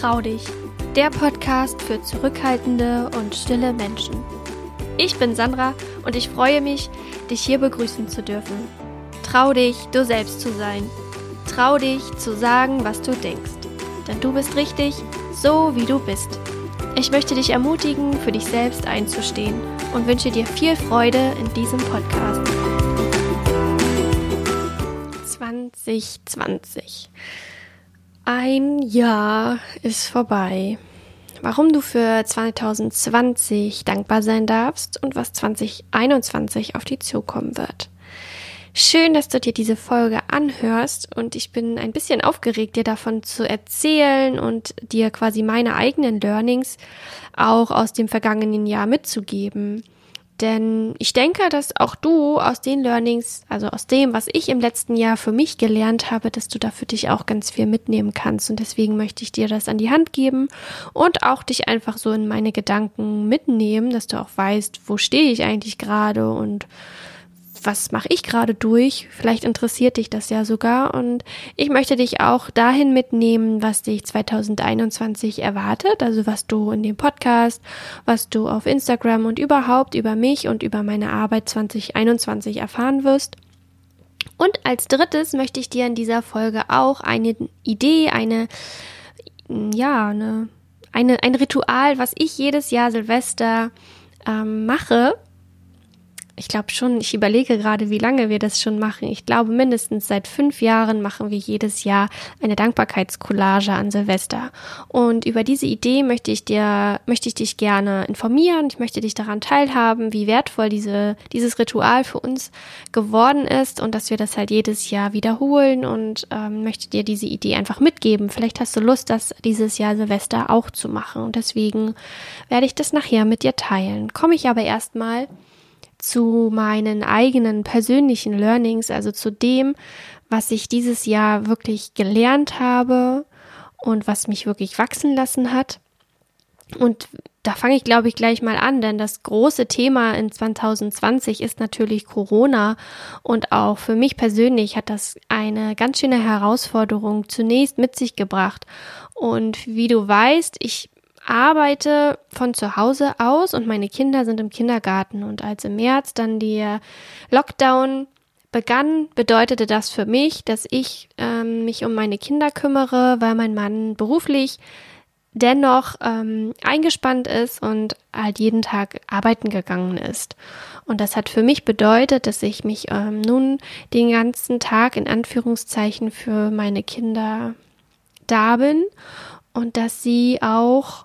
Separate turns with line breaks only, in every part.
Trau dich, der Podcast für zurückhaltende und stille Menschen. Ich bin Sandra und ich freue mich, dich hier begrüßen zu dürfen. Trau dich, du selbst zu sein. Trau dich, zu sagen, was du denkst. Denn du bist richtig, so wie du bist. Ich möchte dich ermutigen, für dich selbst einzustehen und wünsche dir viel Freude in diesem Podcast. 2020. Ein Jahr ist vorbei. Warum du für 2020 dankbar sein darfst und was 2021 auf dich zukommen wird. Schön, dass du dir diese Folge anhörst und ich bin ein bisschen aufgeregt, dir davon zu erzählen und dir quasi meine eigenen Learnings auch aus dem vergangenen Jahr mitzugeben. Denn ich denke, dass auch du aus den Learnings, also aus dem, was ich im letzten Jahr für mich gelernt habe, dass du da für dich auch ganz viel mitnehmen kannst. Und deswegen möchte ich dir das an die Hand geben und auch dich einfach so in meine Gedanken mitnehmen, dass du auch weißt, wo stehe ich eigentlich gerade und was mache ich gerade durch? Vielleicht interessiert dich das ja sogar und ich möchte dich auch dahin mitnehmen, was dich 2021 erwartet, also was du in dem Podcast, was du auf Instagram und überhaupt über mich und über meine Arbeit 2021 erfahren wirst. Und als drittes möchte ich dir in dieser Folge auch eine Idee, ein Ritual, was ich jedes Jahr Silvester mache. Ich glaube schon, ich überlege gerade, wie lange wir das schon machen. Ich glaube, mindestens seit 5 Jahren machen wir jedes Jahr eine Dankbarkeitscollage an Silvester. Und über diese Idee möchte ich dich gerne informieren. Ich möchte dich daran teilhaben, wie wertvoll dieses Ritual für uns geworden ist und dass wir das halt jedes Jahr wiederholen und möchte dir diese Idee einfach mitgeben. Vielleicht hast du Lust, das dieses Jahr Silvester auch zu machen. Und deswegen werde ich das nachher mit dir teilen. Komme ich aber erstmal zu meinen eigenen persönlichen Learnings, also zu dem, was ich dieses Jahr wirklich gelernt habe und was mich wirklich wachsen lassen hat. Und da fange ich, glaube ich, gleich mal an, denn das große Thema in 2020 ist natürlich Corona und auch für mich persönlich hat das eine ganz schöne Herausforderung zunächst mit sich gebracht. Und wie du weißt, ich arbeite von zu Hause aus und meine Kinder sind im Kindergarten und als im März dann der Lockdown begann, bedeutete das für mich, dass ich mich um meine Kinder kümmere, weil mein Mann beruflich dennoch eingespannt ist und halt jeden Tag arbeiten gegangen ist. Und das hat für mich bedeutet, dass ich mich nun den ganzen Tag in Anführungszeichen für meine Kinder da bin und dass sie auch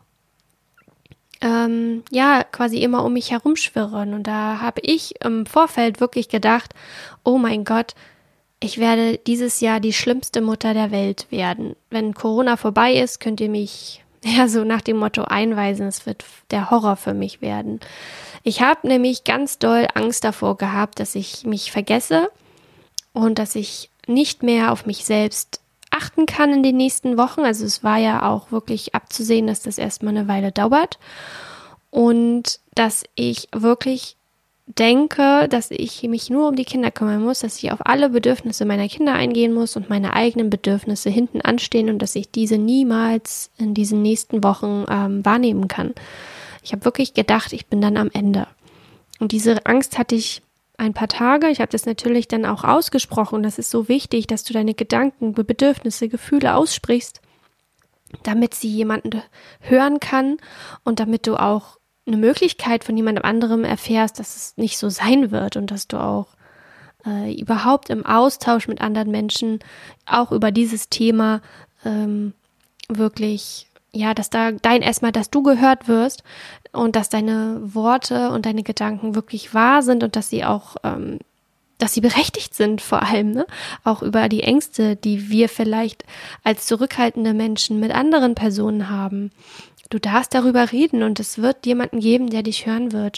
quasi immer um mich herumschwirren. Und da habe ich im Vorfeld wirklich gedacht, oh mein Gott, ich werde dieses Jahr die schlimmste Mutter der Welt werden. Wenn Corona vorbei ist, könnt ihr mich so nach dem Motto einweisen, es wird der Horror für mich werden. Ich habe nämlich ganz doll Angst davor gehabt, dass ich mich vergesse und dass ich nicht mehr auf mich selbst achten kann in den nächsten Wochen. Also es war ja auch wirklich abzusehen, dass das erstmal eine Weile dauert und dass ich wirklich denke, dass ich mich nur um die Kinder kümmern muss, dass ich auf alle Bedürfnisse meiner Kinder eingehen muss und meine eigenen Bedürfnisse hinten anstehen und dass ich diese niemals in diesen nächsten Wochen wahrnehmen kann. Ich habe wirklich gedacht, ich bin dann am Ende. Und diese Angst hatte ich ein paar Tage. Ich habe das natürlich dann auch ausgesprochen. Das ist so wichtig, dass du deine Gedanken, Bedürfnisse, Gefühle aussprichst, damit sie jemanden hören kann und damit du auch eine Möglichkeit von jemand anderem erfährst, dass es nicht so sein wird und dass du auch überhaupt im Austausch mit anderen Menschen auch über dieses Thema wirklich, dass dass du gehört wirst und dass deine Worte und deine Gedanken wirklich wahr sind und dass sie auch, dass sie berechtigt sind vor allem, ne? Auch über die Ängste, die wir vielleicht als zurückhaltende Menschen mit anderen Personen haben. Du darfst darüber reden und es wird jemanden geben, der dich hören wird.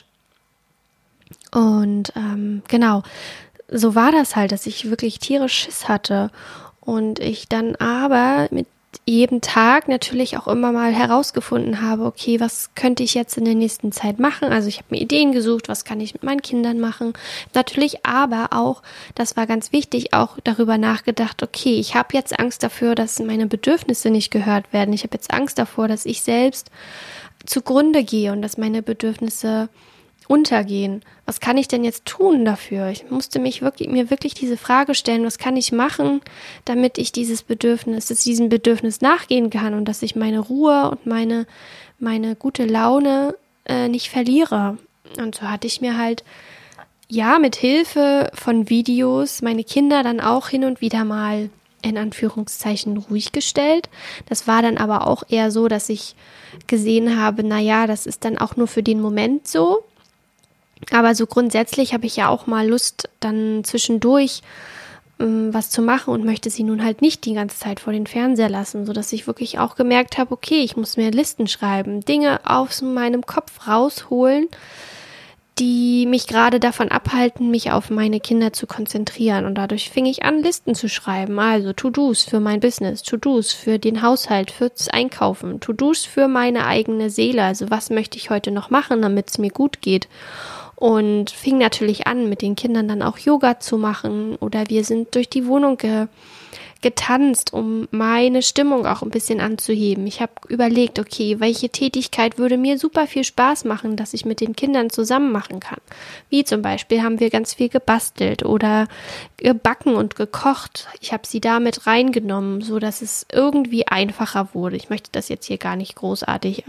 Und genau, so war das halt, dass ich wirklich tierisch Schiss hatte und ich dann aber mit jeden Tag natürlich auch immer mal herausgefunden habe, okay, was könnte ich jetzt in der nächsten Zeit machen? Also ich habe mir Ideen gesucht, was kann ich mit meinen Kindern machen? Natürlich aber auch, das war ganz wichtig, auch darüber nachgedacht, okay, ich habe jetzt Angst dafür, dass meine Bedürfnisse nicht gehört werden. Ich habe jetzt Angst davor, dass ich selbst zugrunde gehe und dass meine Bedürfnisse untergehen. Was kann ich denn jetzt tun dafür? Ich musste mir wirklich diese Frage stellen, was kann ich machen, damit ich diesem Bedürfnis nachgehen kann und dass ich meine Ruhe und meine gute Laune nicht verliere. Und so hatte ich mir halt, ja, mit Hilfe von Videos meine Kinder dann auch hin und wieder mal in Anführungszeichen ruhig gestellt. Das war dann aber auch eher so, dass ich gesehen habe, naja, das ist dann auch nur für den Moment so. Aber so grundsätzlich habe ich ja auch mal Lust, dann zwischendurch was zu machen und möchte sie nun halt nicht die ganze Zeit vor den Fernseher lassen, sodass ich wirklich auch gemerkt habe, okay, ich muss mir Listen schreiben, Dinge aus meinem Kopf rausholen, die mich gerade davon abhalten, mich auf meine Kinder zu konzentrieren. Und dadurch fing ich an, Listen zu schreiben. Also To-Dos für mein Business, To-Dos für den Haushalt, fürs Einkaufen, To-Dos für meine eigene Seele. Also was möchte ich heute noch machen, damit es mir gut geht? Und fing natürlich an, mit den Kindern dann auch Yoga zu machen. Oder wir sind durch die Wohnung getanzt, um meine Stimmung auch ein bisschen anzuheben. Ich habe überlegt, okay, welche Tätigkeit würde mir super viel Spaß machen, dass ich mit den Kindern zusammen machen kann. Wie zum Beispiel haben wir ganz viel gebastelt oder gebacken und gekocht. Ich habe sie da mit reingenommen, so dass es irgendwie einfacher wurde. Ich möchte das jetzt hier gar nicht großartig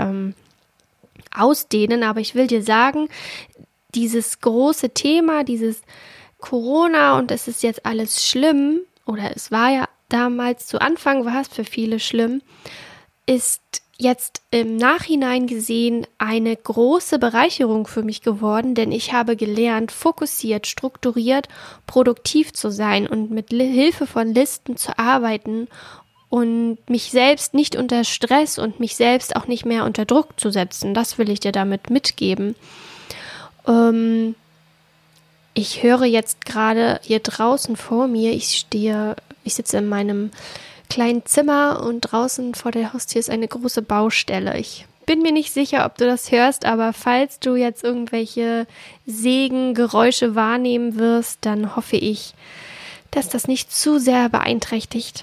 ausdehnen, aber ich will dir sagen, dieses große Thema, dieses Corona und es ist jetzt alles schlimm, oder es war ja damals zu Anfang, war es für viele schlimm, ist jetzt im Nachhinein gesehen eine große Bereicherung für mich geworden, denn ich habe gelernt, fokussiert, strukturiert, produktiv zu sein und mit Hilfe von Listen zu arbeiten und mich selbst nicht unter Stress und mich selbst auch nicht mehr unter Druck zu setzen. Das will ich dir damit mitgeben. Ich höre jetzt gerade hier draußen vor mir, ich sitze in meinem kleinen Zimmer und draußen vor der Haustür ist eine große Baustelle. Ich bin mir nicht sicher, ob du das hörst, aber falls du jetzt irgendwelche Geräusche wahrnehmen wirst, dann hoffe ich, dass das nicht zu sehr beeinträchtigt.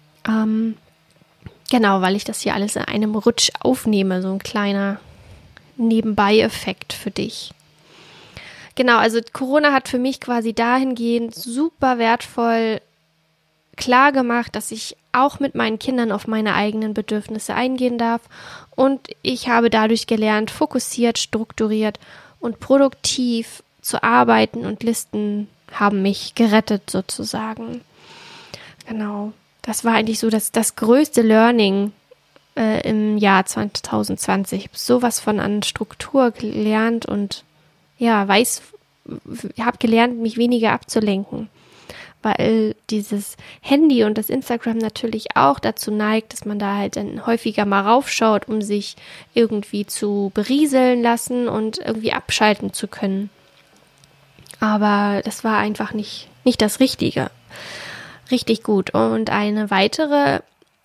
Genau, weil ich das hier alles in einem Rutsch aufnehme, so ein kleiner Nebenbei-Effekt für dich. Genau, also Corona hat für mich quasi dahingehend super wertvoll klar gemacht, dass ich auch mit meinen Kindern auf meine eigenen Bedürfnisse eingehen darf und ich habe dadurch gelernt, fokussiert, strukturiert und produktiv zu arbeiten und Listen haben mich gerettet sozusagen. Genau, das war eigentlich so das größte Learning im Jahr 2020. Ich habe sowas von an Struktur gelernt und ja, habe gelernt, mich weniger abzulenken, weil dieses Handy und das Instagram natürlich auch dazu neigt, dass man da halt dann häufiger mal raufschaut, um sich irgendwie zu berieseln lassen und irgendwie abschalten zu können. Aber das war einfach nicht das Richtige. Richtig gut. Und ein weiteres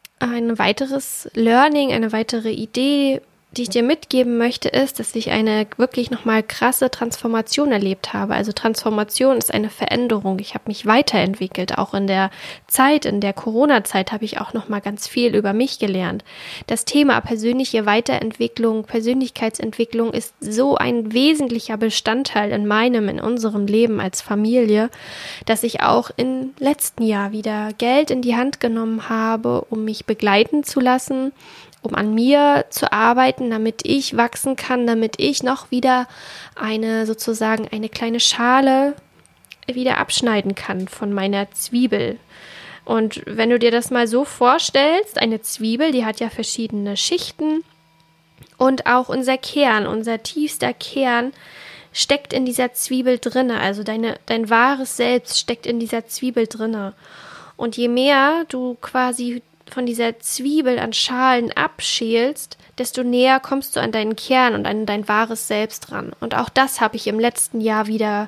Learning, eine weitere Idee, die ich dir mitgeben möchte, ist, dass ich eine wirklich nochmal krasse Transformation erlebt habe. Also Transformation ist eine Veränderung. Ich habe mich weiterentwickelt. Auch in der Corona-Zeit habe ich auch nochmal ganz viel über mich gelernt. Das Thema persönliche Weiterentwicklung, Persönlichkeitsentwicklung ist so ein wesentlicher Bestandteil in unserem Leben als Familie, dass ich auch im letzten Jahr wieder Geld in die Hand genommen habe, um mich begleiten zu lassen, um an mir zu arbeiten, damit ich wachsen kann, damit ich noch wieder eine kleine Schale wieder abschneiden kann von meiner Zwiebel. Und wenn du dir das mal so vorstellst, eine Zwiebel, die hat ja verschiedene Schichten und auch unser tiefster Kern steckt in dieser Zwiebel drinne, also dein wahres Selbst steckt in dieser Zwiebel drinne. Und je mehr du quasi von dieser Zwiebel an Schalen abschälst, desto näher kommst du an deinen Kern und an dein wahres Selbst ran. Und auch das habe ich im letzten Jahr wieder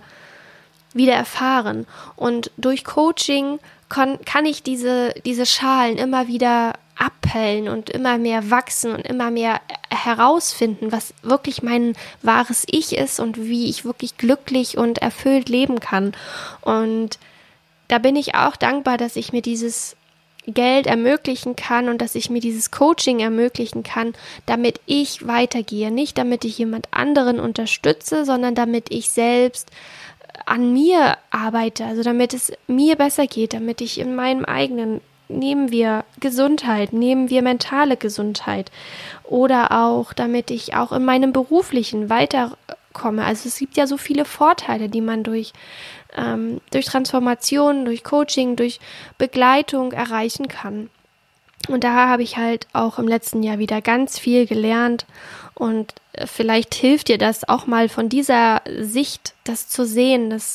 erfahren. Und durch Coaching kann ich diese Schalen immer wieder abhellen und immer mehr wachsen und immer mehr herausfinden, was wirklich mein wahres Ich ist und wie ich wirklich glücklich und erfüllt leben kann. Und da bin ich auch dankbar, dass ich mir dieses Geld ermöglichen kann und dass ich mir dieses Coaching ermöglichen kann, damit ich weitergehe. Nicht damit ich jemand anderen unterstütze, sondern damit ich selbst an mir arbeite, also damit es mir besser geht, damit ich in meinem eigenen, nehmen wir Gesundheit, nehmen wir mentale Gesundheit oder auch, damit ich auch in meinem beruflichen weiterkomme. Also es gibt ja so viele Vorteile, die man durch Transformation, durch Coaching, durch Begleitung erreichen kann. Und da habe ich halt auch im letzten Jahr wieder ganz viel gelernt und vielleicht hilft dir das auch mal von dieser Sicht, das zu sehen, dass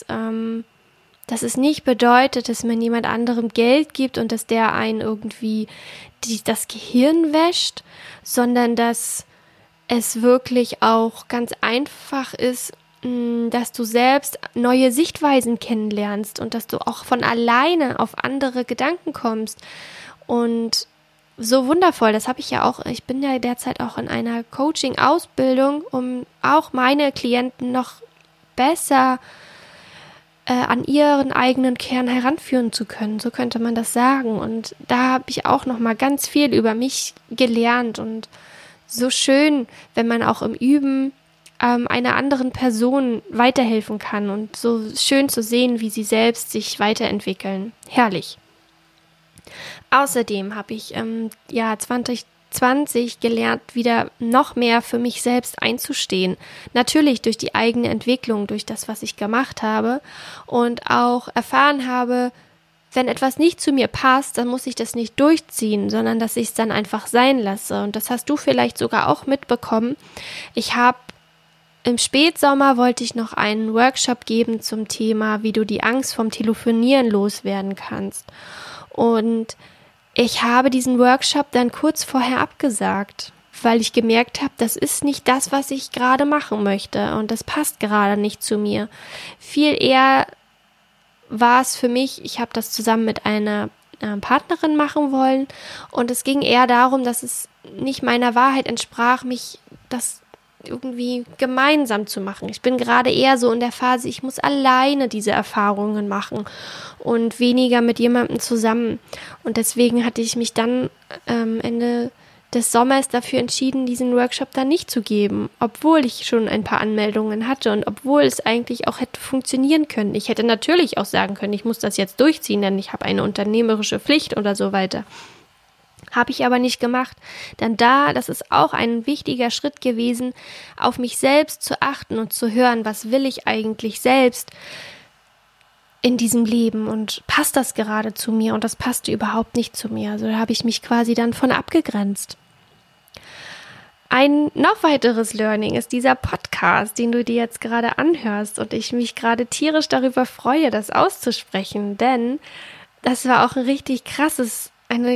es nicht bedeutet, dass man jemand anderem Geld gibt und dass der einen irgendwie das Gehirn wäscht, sondern dass es wirklich auch ganz einfach ist, dass du selbst neue Sichtweisen kennenlernst und dass du auch von alleine auf andere Gedanken kommst. Und so wundervoll, das habe ich ja auch, ich bin ja derzeit auch in einer Coaching-Ausbildung, um auch meine Klienten noch besser an ihren eigenen Kern heranführen zu können, so könnte man das sagen. Und da habe ich auch noch mal ganz viel über mich gelernt und so schön, wenn man auch im Üben einer anderen Person weiterhelfen kann und so schön zu sehen, wie sie selbst sich weiterentwickeln. Herrlich. Außerdem habe ich im Jahr 2020 gelernt, wieder noch mehr für mich selbst einzustehen. Natürlich durch die eigene Entwicklung, durch das, was ich gemacht habe und auch erfahren habe, wenn etwas nicht zu mir passt, dann muss ich das nicht durchziehen, sondern dass ich es dann einfach sein lasse. Und das hast du vielleicht sogar auch mitbekommen. Im Spätsommer wollte ich noch einen Workshop geben zum Thema, wie du die Angst vom Telefonieren loswerden kannst. Und ich habe diesen Workshop dann kurz vorher abgesagt, weil ich gemerkt habe, das ist nicht das, was ich gerade machen möchte und das passt gerade nicht zu mir. Viel eher war es für mich, ich habe das zusammen mit einer Partnerin machen wollen und es ging eher darum, dass es nicht meiner Wahrheit entsprach, mich das irgendwie gemeinsam zu machen. Ich bin gerade eher so in der Phase, ich muss alleine diese Erfahrungen machen und weniger mit jemandem zusammen. Und deswegen hatte ich mich dann Ende des Sommers dafür entschieden, diesen Workshop dann nicht zu geben, obwohl ich schon ein paar Anmeldungen hatte und obwohl es eigentlich auch hätte funktionieren können. Ich hätte natürlich auch sagen können, ich muss das jetzt durchziehen, denn ich habe eine unternehmerische Pflicht oder so weiter. Habe ich aber nicht gemacht, denn das ist auch ein wichtiger Schritt gewesen, auf mich selbst zu achten und zu hören, was will ich eigentlich selbst in diesem Leben und passt das gerade zu mir und das passte überhaupt nicht zu mir. Also da habe ich mich quasi dann von abgegrenzt. Ein noch weiteres Learning ist dieser Podcast, den du dir jetzt gerade anhörst und ich mich gerade tierisch darüber freue, das auszusprechen, denn das war auch ein richtig krasses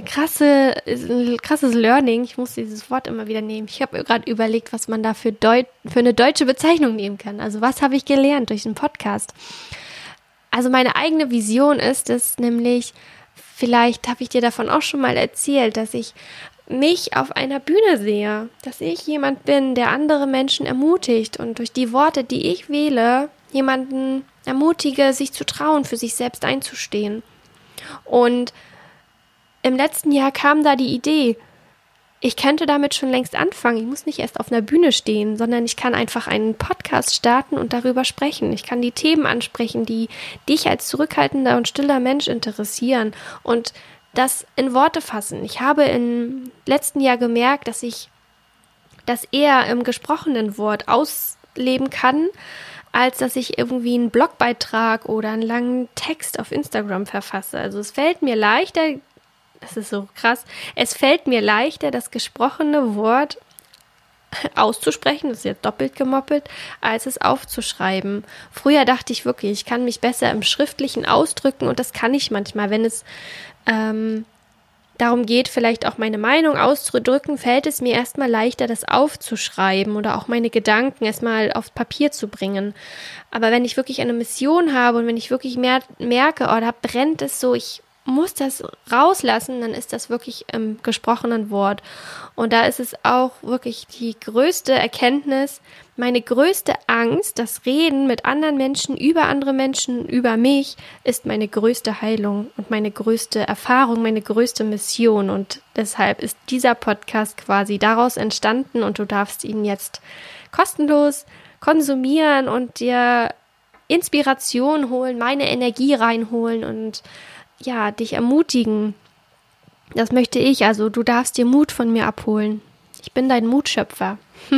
Learning. Ich muss dieses Wort immer wieder nehmen. Ich habe gerade überlegt, was man da für eine deutsche Bezeichnung nehmen kann. Also was habe ich gelernt durch den Podcast? Also meine eigene Vision ist es nämlich, vielleicht habe ich dir davon auch schon mal erzählt, dass ich mich auf einer Bühne sehe, dass ich jemand bin, der andere Menschen ermutigt und durch die Worte, die ich wähle, jemanden ermutige, sich zu trauen, für sich selbst einzustehen. Und im letzten Jahr kam da die Idee, ich könnte damit schon längst anfangen. Ich muss nicht erst auf einer Bühne stehen, sondern ich kann einfach einen Podcast starten und darüber sprechen. Ich kann die Themen ansprechen, die dich als zurückhaltender und stiller Mensch interessieren und das in Worte fassen. Ich habe im letzten Jahr gemerkt, dass ich das eher im gesprochenen Wort ausleben kann, als dass ich irgendwie einen Blogbeitrag oder einen langen Text auf Instagram verfasse. Also es fällt mir leichter, das ist so krass, es fällt mir leichter, das gesprochene Wort auszusprechen, das ist jetzt doppelt gemoppelt, als es aufzuschreiben. Früher dachte ich wirklich, ich kann mich besser im Schriftlichen ausdrücken und das kann ich manchmal, wenn es darum geht, vielleicht auch meine Meinung auszudrücken, fällt es mir erstmal leichter, das aufzuschreiben oder auch meine Gedanken erstmal auf Papier zu bringen. Aber wenn ich wirklich eine Mission habe und wenn ich wirklich merke, oh, da brennt es so, ich muss das rauslassen, dann ist das wirklich im gesprochenen Wort. Und da ist es auch wirklich die größte Erkenntnis, meine größte Angst, das Reden mit anderen Menschen, über andere Menschen, über mich, ist meine größte Heilung und meine größte Erfahrung, meine größte Mission. Und deshalb ist dieser Podcast quasi daraus entstanden und du darfst ihn jetzt kostenlos konsumieren und dir Inspiration holen, meine Energie reinholen und ja, dich ermutigen. Das möchte ich. Also du darfst dir Mut von mir abholen. Ich bin dein Mutschöpfer.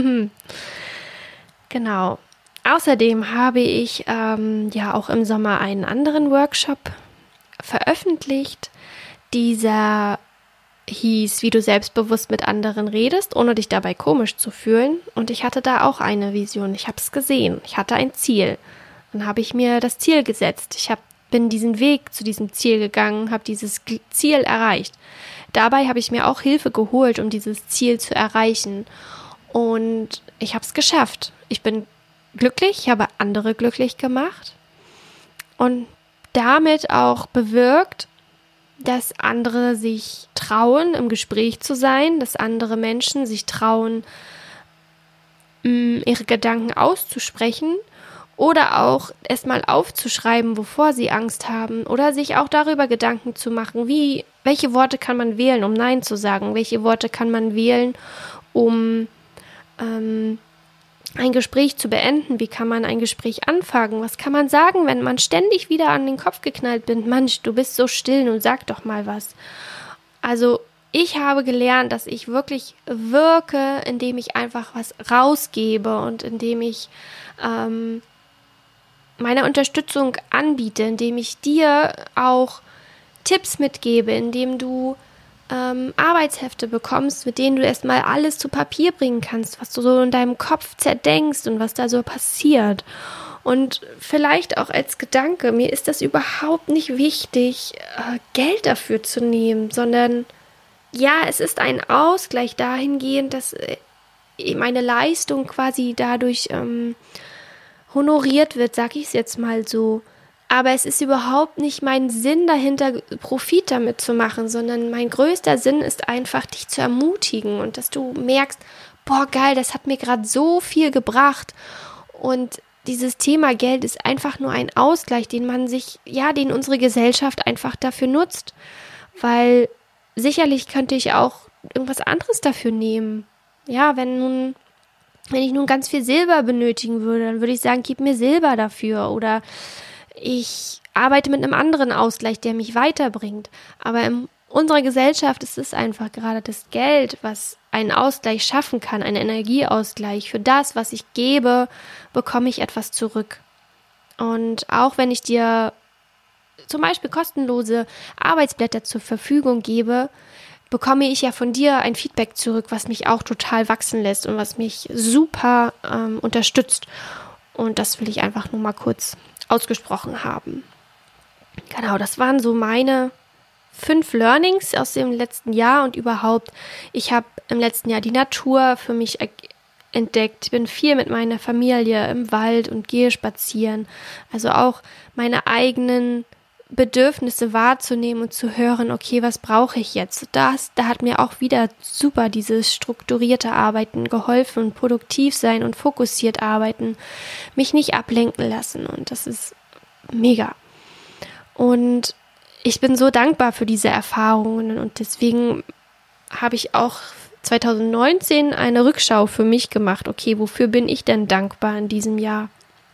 Genau. Außerdem habe ich ja auch im Sommer einen anderen Workshop veröffentlicht. Dieser hieß, wie du selbstbewusst mit anderen redest, ohne dich dabei komisch zu fühlen. Und ich hatte da auch eine Vision. Ich habe es gesehen. Ich hatte ein Ziel. Dann habe ich mir das Ziel gesetzt. Bin diesen Weg zu diesem Ziel gegangen, habe dieses Ziel erreicht. Dabei habe ich mir auch Hilfe geholt, um dieses Ziel zu erreichen. Und ich habe es geschafft. Ich bin glücklich, ich habe andere glücklich gemacht und damit auch bewirkt, dass andere sich trauen, im Gespräch zu sein, dass andere Menschen sich trauen, ihre Gedanken auszusprechen oder auch erstmal aufzuschreiben, wovor sie Angst haben oder sich auch darüber Gedanken zu machen, welche Worte kann man wählen, um Nein zu sagen, welche Worte kann man wählen, um ein Gespräch zu beenden, wie kann man ein Gespräch anfangen, was kann man sagen, wenn man ständig wieder an den Kopf geknallt bin, Mensch, du bist so still, nun sag doch mal was. Also ich habe gelernt, dass ich wirklich wirke, indem ich einfach was rausgebe und indem ich meine Unterstützung anbiete, indem ich dir auch Tipps mitgebe, indem du Arbeitshefte bekommst, mit denen du erstmal alles zu Papier bringen kannst, was du so in deinem Kopf zerdenkst und was da so passiert. Und vielleicht auch als Gedanke, mir ist das überhaupt nicht wichtig, Geld dafür zu nehmen, sondern ja, es ist ein Ausgleich dahingehend, dass meine Leistung quasi dadurch honoriert wird, sag ich es jetzt mal so. Aber es ist überhaupt nicht mein Sinn dahinter, Profit damit zu machen, sondern mein größter Sinn ist einfach, dich zu ermutigen und dass du merkst, boah, geil, das hat mir gerade so viel gebracht. Und dieses Thema Geld ist einfach nur ein Ausgleich, den unsere Gesellschaft einfach dafür nutzt. Weil sicherlich könnte ich auch irgendwas anderes dafür nehmen. Ja, wenn ich nun ganz viel Silber benötigen würde, dann würde ich sagen, gib mir Silber dafür oder ich arbeite mit einem anderen Ausgleich, der mich weiterbringt. Aber in unserer Gesellschaft ist es einfach gerade das Geld, was einen Ausgleich schaffen kann, einen Energieausgleich. Für das, was ich gebe, bekomme ich etwas zurück. Und auch wenn ich dir zum Beispiel kostenlose Arbeitsblätter zur Verfügung gebe, bekomme ich ja von dir ein Feedback zurück, was mich auch total wachsen lässt und was mich super unterstützt. Und das will ich einfach nur mal kurz ausgesprochen haben. Genau, das waren so meine 5 Learnings aus dem letzten Jahr und überhaupt. Ich habe im letzten Jahr die Natur für mich entdeckt. Ich bin viel mit meiner Familie im Wald und gehe spazieren. Also auch meine eigenen Bedürfnisse wahrzunehmen und zu hören, okay, was brauche ich jetzt? Da hat mir auch wieder super dieses strukturierte Arbeiten geholfen, produktiv sein und fokussiert arbeiten, mich nicht ablenken lassen und das ist mega. Und ich bin so dankbar für diese Erfahrungen und deswegen habe ich auch 2019 eine Rückschau für mich gemacht. Okay, wofür bin ich denn dankbar in diesem Jahr?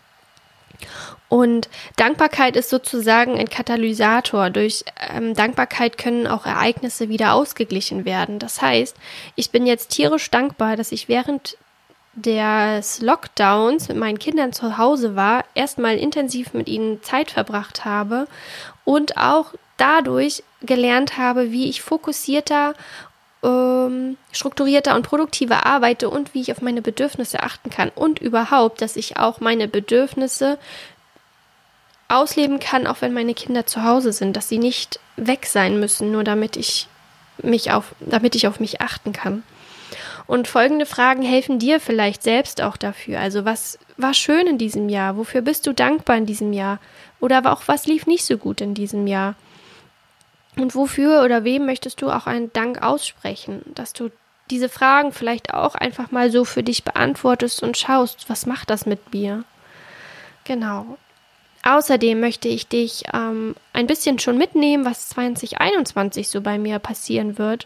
Und Dankbarkeit ist sozusagen ein Katalysator. Durch Dankbarkeit können auch Ereignisse wieder ausgeglichen werden. Das heißt, ich bin jetzt tierisch dankbar, dass ich während des Lockdowns mit meinen Kindern zu Hause war, erstmal intensiv mit ihnen Zeit verbracht habe und auch dadurch gelernt habe, wie ich fokussierter, strukturierter und produktiver arbeite und wie ich auf meine Bedürfnisse achten kann und überhaupt, dass ich auch meine Bedürfnisse ausleben kann, auch wenn meine Kinder zu Hause sind, dass sie nicht weg sein müssen, nur damit ich auf mich achten kann. Und folgende Fragen helfen dir vielleicht selbst auch dafür. Also was war schön in diesem Jahr? Wofür bist du dankbar in diesem Jahr? Oder auch was lief nicht so gut in diesem Jahr? Und wofür oder wem möchtest du auch einen Dank aussprechen? Dass du diese Fragen vielleicht auch einfach mal so für dich beantwortest und schaust, was macht das mit mir? Genau. Außerdem möchte ich dich ein bisschen schon mitnehmen, was 2021 so bei mir passieren wird.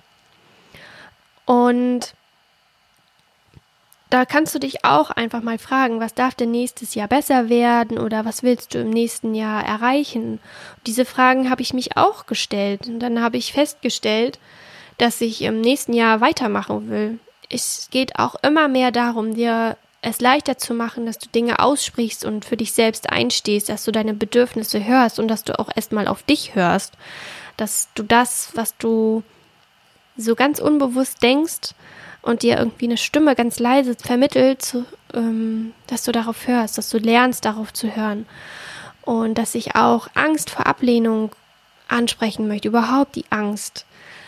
Und da kannst du dich auch einfach mal fragen, was darf denn nächstes Jahr besser werden oder was willst du im nächsten Jahr erreichen? Diese Fragen habe ich mich auch gestellt und dann habe ich festgestellt, dass ich im nächsten Jahr weitermachen will. Es geht auch immer mehr darum, dir es leichter zu machen, dass du Dinge aussprichst und für dich selbst einstehst, dass du deine Bedürfnisse hörst und dass du auch erstmal auf dich hörst, dass du das, was du so ganz unbewusst denkst und dir irgendwie eine Stimme ganz leise vermittelt, dass du darauf hörst, dass du lernst, darauf zu hören und dass ich auch Angst vor Ablehnung ansprechen möchte, überhaupt die Angst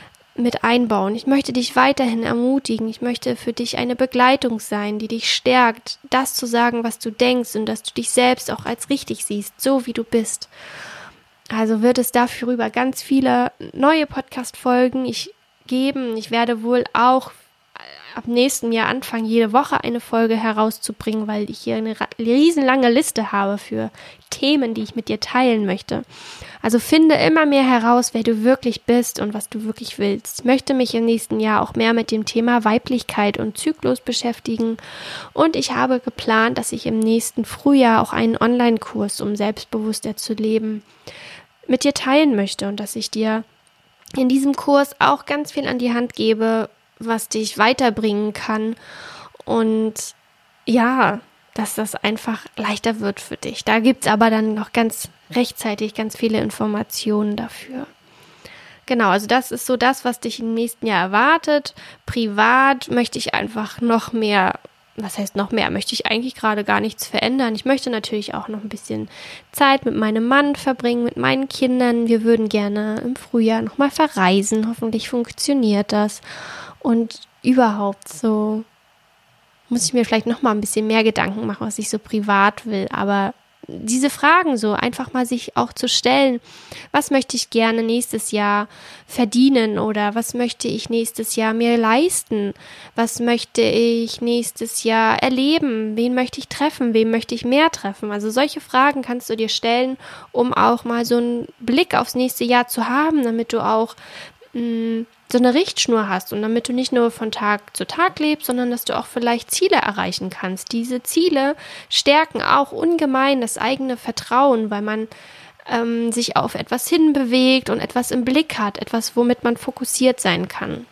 mit einbauen. Ich möchte dich weiterhin ermutigen. Ich möchte für dich eine Begleitung sein, die dich stärkt, das zu sagen, was du denkst und dass du dich selbst auch als richtig siehst, so wie du bist. Also wird es dafür ganz viele neue Podcast-Folgen geben. Ich werde wohl auch ab nächsten Jahr anfangen, jede Woche eine Folge herauszubringen, weil ich hier eine riesenlange Liste habe für Themen, die ich mit dir teilen möchte. Also finde immer mehr heraus, wer du wirklich bist und was du wirklich willst. Ich möchte mich im nächsten Jahr auch mehr mit dem Thema Weiblichkeit und Zyklus beschäftigen und ich habe geplant, dass ich im nächsten Frühjahr auch einen Online-Kurs, um selbstbewusster zu leben, mit dir teilen möchte und dass ich dir in diesem Kurs auch ganz viel an die Hand gebe, was dich weiterbringen kann und ja, dass das einfach leichter wird für dich. Da gibt es aber dann noch ganz rechtzeitig ganz viele Informationen dafür. Genau, also das ist so das, was dich im nächsten Jahr erwartet. Privat möchte ich einfach noch mehr, was heißt noch mehr, möchte ich eigentlich gerade gar nichts verändern. Ich möchte natürlich auch noch ein bisschen Zeit mit meinem Mann verbringen, mit meinen Kindern. Wir würden gerne im Frühjahr nochmal verreisen. Hoffentlich funktioniert das. Und überhaupt so muss ich mir vielleicht noch mal ein bisschen mehr Gedanken machen, was ich so privat will. Aber diese Fragen so einfach mal sich auch zu stellen, was möchte ich gerne nächstes Jahr verdienen oder was möchte ich nächstes Jahr mir leisten? Was möchte ich nächstes Jahr erleben? Wen möchte ich treffen? Wem möchte ich mehr treffen? Also solche Fragen kannst du dir stellen, um auch mal so einen Blick aufs nächste Jahr zu haben, damit du auch so eine Richtschnur hast und damit du nicht nur von Tag zu Tag lebst, sondern dass du auch vielleicht Ziele erreichen kannst. Diese Ziele stärken auch ungemein das eigene Vertrauen, weil man sich auf etwas hinbewegt und etwas im Blick hat, etwas, womit man fokussiert sein kann.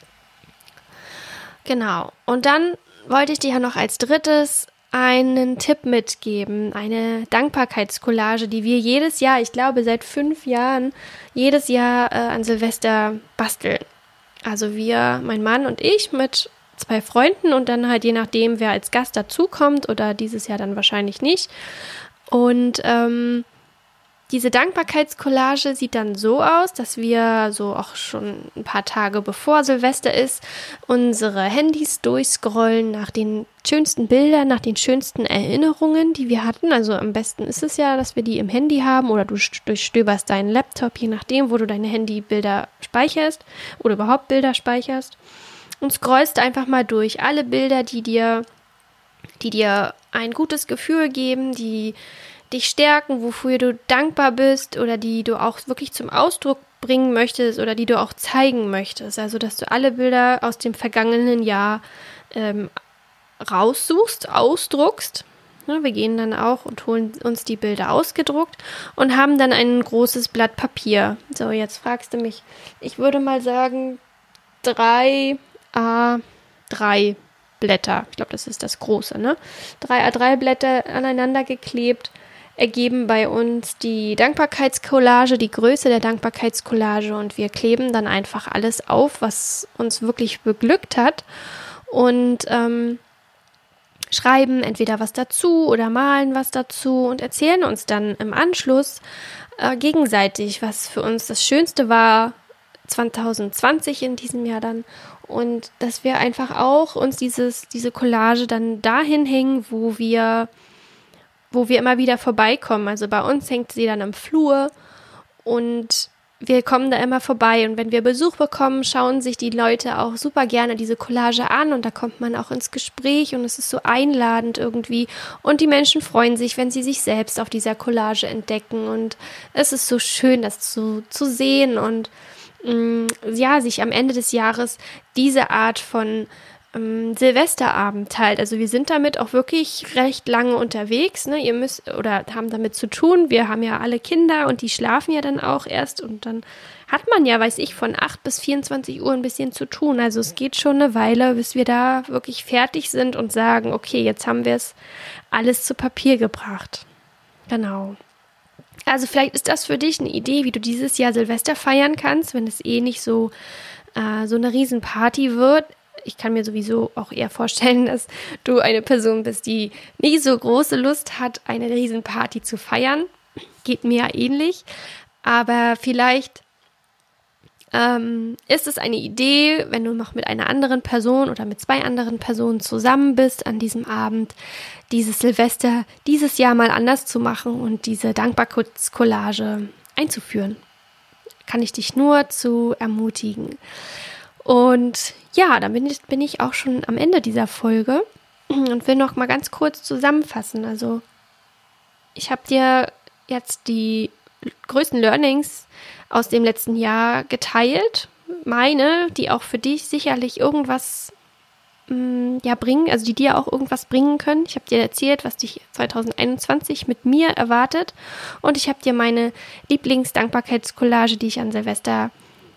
Genau. Und dann wollte ich dir ja noch als drittes einen Tipp mitgeben, eine Dankbarkeitscollage, die wir jedes Jahr, ich glaube seit 5 Jahren, jedes Jahr an Silvester basteln. Also wir, mein Mann und ich mit 2 Freunden und dann halt je nachdem, wer als Gast dazukommt oder dieses Jahr dann wahrscheinlich nicht. Und diese Dankbarkeitscollage sieht dann so aus, dass wir so auch schon ein paar Tage bevor Silvester ist, unsere Handys durchscrollen nach den schönsten Bildern, nach den schönsten Erinnerungen, die wir hatten. Also am besten ist es ja, dass wir die im Handy haben oder du durchstöberst deinen Laptop, je nachdem, wo du deine Handybilder speicherst oder überhaupt Bilder speicherst und scrollst einfach mal durch alle Bilder, die dir ein gutes Gefühl geben, die dich stärken, wofür du dankbar bist oder die du auch wirklich zum Ausdruck bringen möchtest oder die du auch zeigen möchtest. Also, dass du alle Bilder aus dem vergangenen Jahr raussuchst, ausdruckst. Ja, wir gehen dann auch und holen uns die Bilder ausgedruckt und haben dann ein großes Blatt Papier. So, jetzt fragst du mich, ich würde mal sagen 3 A3 Blätter. Ich glaube, das ist das große, ne? 3 A3 Blätter aneinander geklebt ergeben bei uns die Dankbarkeitscollage, die Größe der Dankbarkeitscollage und wir kleben dann einfach alles auf, was uns wirklich beglückt hat und schreiben entweder was dazu oder malen was dazu und erzählen uns dann im Anschluss gegenseitig, was für uns das Schönste war 2020 in diesem Jahr dann und dass wir einfach auch uns diese Collage dann dahin hängen, wo wir immer wieder vorbeikommen. Also bei uns hängt sie dann am Flur und wir kommen da immer vorbei und wenn wir Besuch bekommen, schauen sich die Leute auch super gerne diese Collage an und da kommt man auch ins Gespräch und es ist so einladend irgendwie und die Menschen freuen sich, wenn sie sich selbst auf dieser Collage entdecken und es ist so schön, das zu sehen und sich am Ende des Jahres diese Art von Silvesterabend teilt. Also wir sind damit auch wirklich recht lange unterwegs, ne? Ihr müsst oder haben damit zu tun. Wir haben ja alle Kinder und die schlafen ja dann auch erst und dann hat man ja, weiß ich, von 8 bis 24 Uhr ein bisschen zu tun. Also es geht schon eine Weile, bis wir da wirklich fertig sind und sagen, okay, jetzt haben wir es alles zu Papier gebracht. Genau. Also vielleicht ist das für dich eine Idee, wie du dieses Jahr Silvester feiern kannst, wenn es nicht so eine Riesenparty wird. Ich kann mir sowieso auch eher vorstellen, dass du eine Person bist, die nie so große Lust hat, eine Riesenparty zu feiern. Geht mir ja ähnlich. Aber vielleicht ist es eine Idee, wenn du noch mit einer anderen Person oder mit 2 anderen Personen zusammen bist an diesem Abend, dieses Silvester dieses Jahr mal anders zu machen und diese Dankbarkeitscollage einzuführen. Kann ich dich nur zu ermutigen. Und ja, dann bin ich auch schon am Ende dieser Folge und will noch mal ganz kurz zusammenfassen. Also ich habe dir jetzt die größten Learnings aus dem letzten Jahr geteilt. Meine, die auch für dich sicherlich irgendwas bringen, also die dir auch irgendwas bringen können. Ich habe dir erzählt, was dich 2021 mit mir erwartet und ich habe dir meine Lieblingsdankbarkeitscollage, die ich an Silvester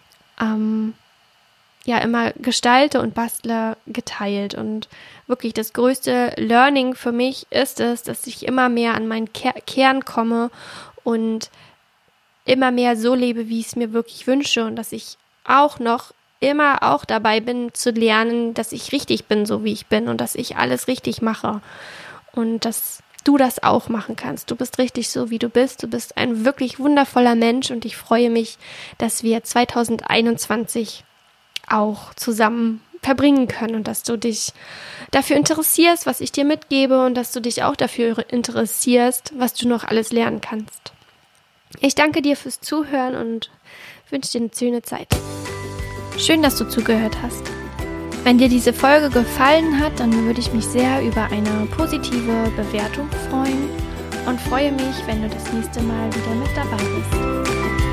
immer gestalte und bastle, geteilt. Und wirklich das größte Learning für mich ist es, dass ich immer mehr an meinen Kern komme und immer mehr so lebe, wie ich es mir wirklich wünsche und dass ich auch noch immer auch dabei bin zu lernen, dass ich richtig bin, so wie ich bin und dass ich alles richtig mache und dass du das auch machen kannst. Du bist richtig so, wie du bist. Du bist ein wirklich wundervoller Mensch und ich freue mich, dass wir 2021 auch zusammen verbringen können und dass du dich dafür interessierst, was ich dir mitgebe und dass du dich auch dafür interessierst, was du noch alles lernen kannst. Ich danke dir fürs Zuhören und wünsche dir eine schöne Zeit. Schön, dass du zugehört hast. Wenn dir diese Folge gefallen hat, dann würde ich mich sehr über eine positive Bewertung freuen und freue mich, wenn du das nächste Mal wieder mit dabei bist.